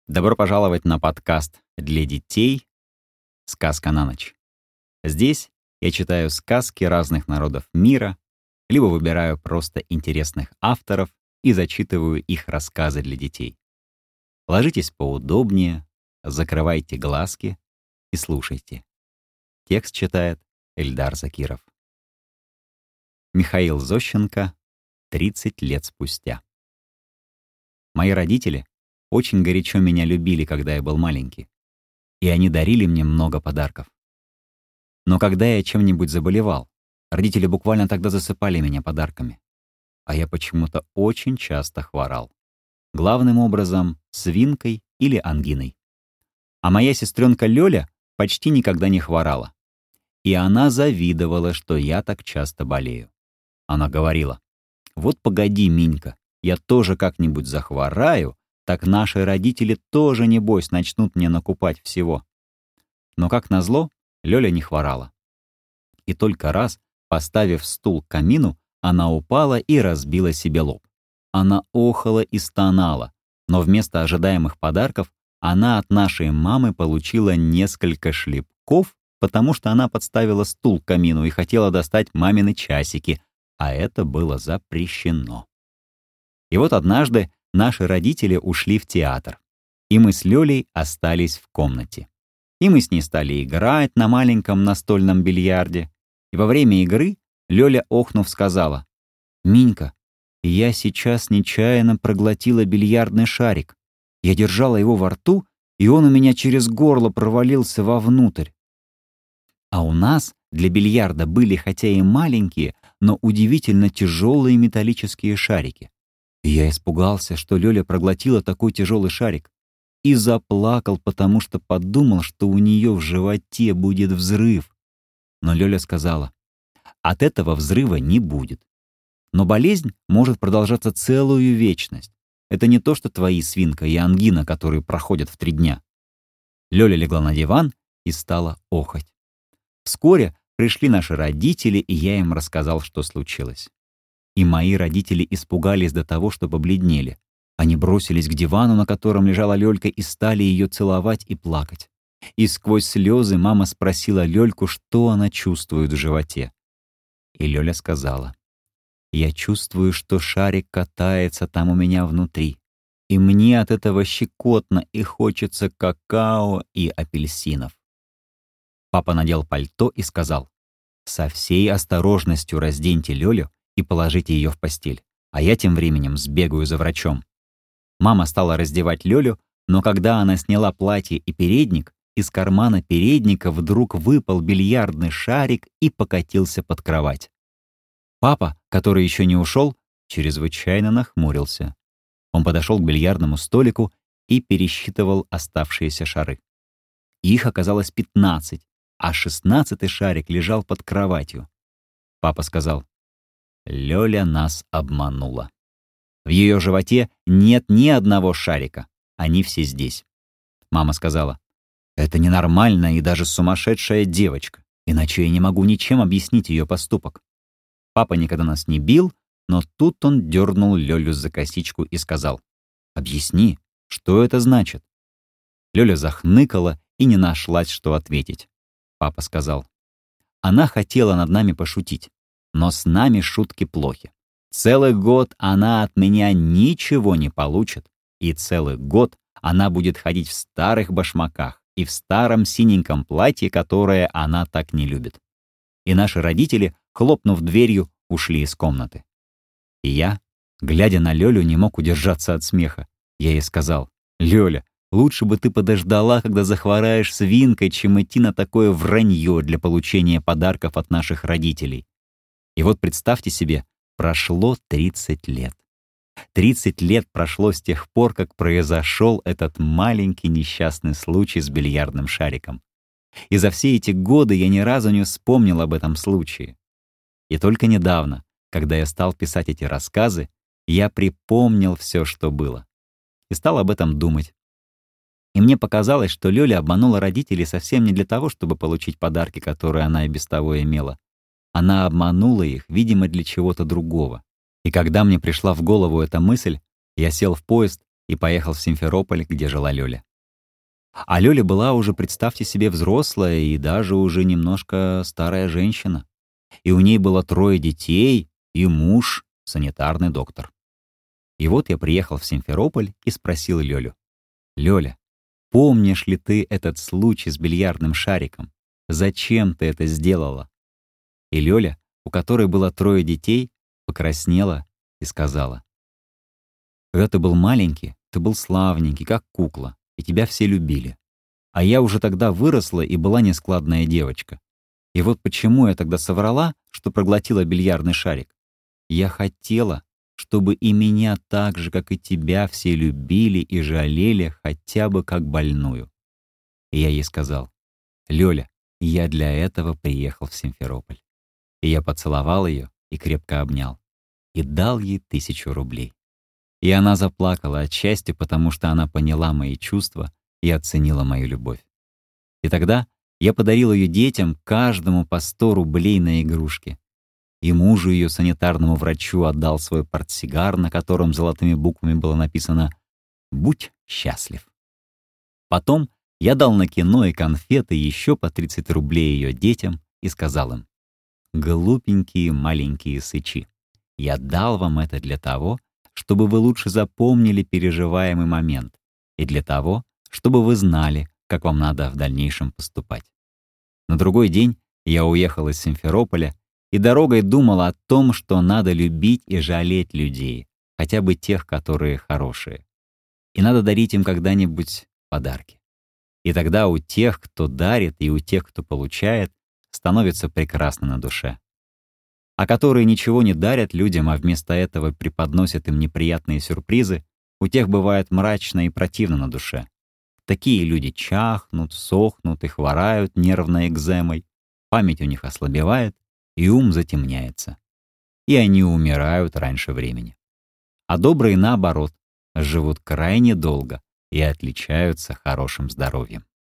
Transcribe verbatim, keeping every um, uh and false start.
Добро пожаловать на подкаст для детей «Сказка на ночь». Здесь я читаю сказки разных народов мира, либо выбираю просто интересных авторов и зачитываю их рассказы для детей. Ложитесь поудобнее, закрывайте глазки и слушайте. Текст читает Эльдар Закиров. Михаил Зощенко. тридцать лет спустя. Мои родители очень горячо меня любили, когда я был маленький, и они дарили мне много подарков. Но когда я чем-нибудь заболевал, родители буквально тогда засыпали меня подарками, а я почему-то очень часто хворал. Главным образом свинкой или ангиной. А моя сестренка Лёля почти никогда не хворала. И она завидовала, что я так часто болею. Она говорила: «Вот погоди, Минька, я тоже как-нибудь захвораю, так наши родители тоже, небось, начнут мне накупать всего». Но, как назло, Лёля не хворала. И только раз, поставив стул к камину, она упала и разбила себе лоб. Она охала и стонала, но вместо ожидаемых подарков она от нашей мамы получила несколько шлепков, потому что она подставила стул к камину и хотела достать мамины часики, а это было запрещено. И вот однажды наши родители ушли в театр, и мы с Лёлей остались в комнате. И мы с ней стали играть на маленьком настольном бильярде. И во время игры Лёля, охнув, сказала: «Минька, я сейчас нечаянно проглотила бильярдный шарик. Я держала его во рту, и он у меня через горло провалился вовнутрь». А у нас для бильярда были хотя и маленькие, но удивительно тяжелые металлические шарики. И я испугался, что Лёля проглотила такой тяжелый шарик, и заплакал, потому что подумал, что у нее в животе будет взрыв. Но Лёля сказала: «От этого взрыва не будет. Но болезнь может продолжаться целую вечность. Это не то, что твои свинка и ангина, которые проходят в три дня». Лёля легла на диван и стала охать. Вскоре пришли наши родители, и я им рассказал, что случилось. И мои родители испугались до того, что побледнели. Они бросились к дивану, на котором лежала Лёлька, и стали ее целовать и плакать. И сквозь слезы мама спросила Лёльку, что она чувствует в животе. И Лёля сказала: «Я чувствую, что шарик катается там у меня внутри, и мне от этого щекотно и хочется какао и апельсинов». Папа надел пальто и сказал: «Со всей осторожностью разденьте Лёлю и положите ее в постель, а я тем временем сбегаю за врачом». Мама стала раздевать Лёлю, но когда она сняла платье и передник, из кармана передника вдруг выпал бильярдный шарик и покатился под кровать. Папа, который еще не ушел, чрезвычайно нахмурился. Он подошел к бильярдному столику и пересчитывал оставшиеся шары. Их оказалось пятнадцать, а шестнадцатый шарик лежал под кроватью. Папа сказал: «Лёля нас обманула. В ее животе нет ни одного шарика, они все здесь». Мама сказала: «Это ненормальная и даже сумасшедшая девочка, иначе я не могу ничем объяснить ее поступок». Папа никогда нас не бил, но тут он дернул Лёлю за косичку и сказал: «Объясни, что это значит?» Лёля захныкала и не нашлась, что ответить. Папа сказал: «Она хотела над нами пошутить, но с нами шутки плохи. Целый год она от меня ничего не получит, и целый год она будет ходить в старых башмаках и в старом синеньком платье, которое она так не любит». И наши родители, хлопнув дверью, ушли из комнаты. И я, глядя на Лёлю, не мог удержаться от смеха. Я ей сказал: «Лёля, лучше бы ты подождала, когда захвораешь свинкой, чем идти на такое вранье для получения подарков от наших родителей». И вот представьте себе, прошло тридцать лет. тридцать лет прошло с тех пор, как произошел этот маленький несчастный случай с бильярдным шариком. И за все эти годы я ни разу не вспомнил об этом случае. И только недавно, когда я стал писать эти рассказы, я припомнил все, что было. И стал об этом думать. И мне показалось, что Лёля обманула родителей совсем не для того, чтобы получить подарки, которые она и без того имела. Она обманула их, видимо, для чего-то другого. И когда мне пришла в голову эта мысль, я сел в поезд и поехал в Симферополь, где жила Лёля. А Лёля была уже, представьте себе, взрослая и даже уже немножко старая женщина. И у ней было трое детей и муж, санитарный доктор. И вот я приехал в Симферополь и спросил Лёлю: «Лёля, помнишь ли ты этот случай с бильярдным шариком? Зачем ты это сделала?» И Лёля, у которой было трое детей, покраснела и сказала: «Когда ты был маленький, ты был славненький, как кукла, и тебя все любили. А я уже тогда выросла и была нескладная девочка. И вот почему я тогда соврала, что проглотила бильярдный шарик. Я хотела, чтобы и меня так же, как и тебя, все любили и жалели хотя бы как больную». И я ей сказал: «Лёля, я для этого приехал в Симферополь». И я поцеловал ее и крепко обнял. И дал ей тысячу рублей. И она заплакала от счастья, потому что она поняла мои чувства и оценила мою любовь. И тогда я подарил ее детям каждому по сто рублей на игрушки. И мужу ее, санитарному врачу, отдал свой портсигар, на котором золотыми буквами было написано «Будь счастлив». Потом я дал на кино и конфеты еще по тридцать рублей ее детям и сказал им: «Глупенькие маленькие сычи, я дал вам это для того, чтобы вы лучше запомнили переживаемый момент, и для того, чтобы вы знали, как вам надо в дальнейшем поступать». На другой день я уехал из Симферополя и дорогой думал о том, что надо любить и жалеть людей, хотя бы тех, которые хорошие. И надо дарить им когда-нибудь подарки. И тогда у тех, кто дарит, и у тех, кто получает, становится прекрасно на душе. А которые ничего не дарят людям, а вместо этого преподносят им неприятные сюрпризы, у тех бывает мрачно и противно на душе. Такие люди чахнут, сохнут и хворают нервной экземой, память у них ослабевает, и ум затемняется. И они умирают раньше времени. А добрые, наоборот, живут крайне долго и отличаются хорошим здоровьем.